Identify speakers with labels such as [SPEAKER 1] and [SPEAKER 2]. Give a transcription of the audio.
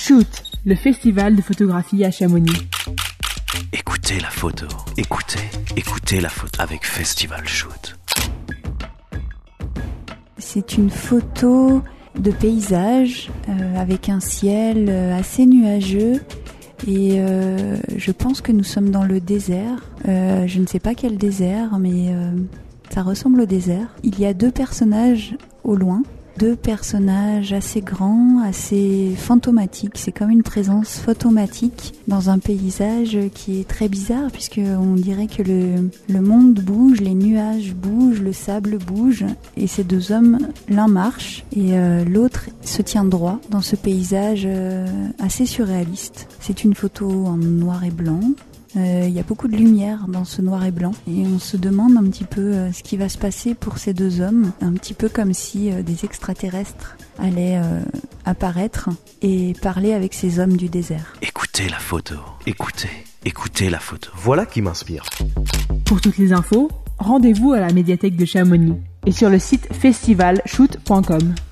[SPEAKER 1] Shoot, le festival de photographie à Chamonix.
[SPEAKER 2] Écoutez la photo. Écoutez la photo avec Festival Shoot.
[SPEAKER 3] C'est une photo de paysage avec un ciel assez nuageux et je pense que nous sommes dans le désert. Je ne sais pas quel désert, mais ça ressemble au désert. Il y a deux personnages au loin. Deux personnages assez grands, assez fantomatiques. C'est comme une présence photomatique dans un paysage qui est très bizarre puisqu'on dirait que le monde bouge, les nuages bougent, le sable bouge et ces deux hommes, l'un marche et l'autre se tient droit dans ce paysage assez surréaliste. C'est une photo en noir et blanc. Il y a beaucoup de lumière dans ce noir et blanc et on se demande un petit peu ce qui va se passer pour ces deux hommes, un petit peu comme si des extraterrestres allaient apparaître et parler avec ces hommes du désert.
[SPEAKER 2] Écoutez la photo. Écoutez la photo.
[SPEAKER 4] Voilà qui m'inspire.
[SPEAKER 1] Pour toutes les infos, rendez-vous à la médiathèque de Chamonix et sur le site festivalshoot.com.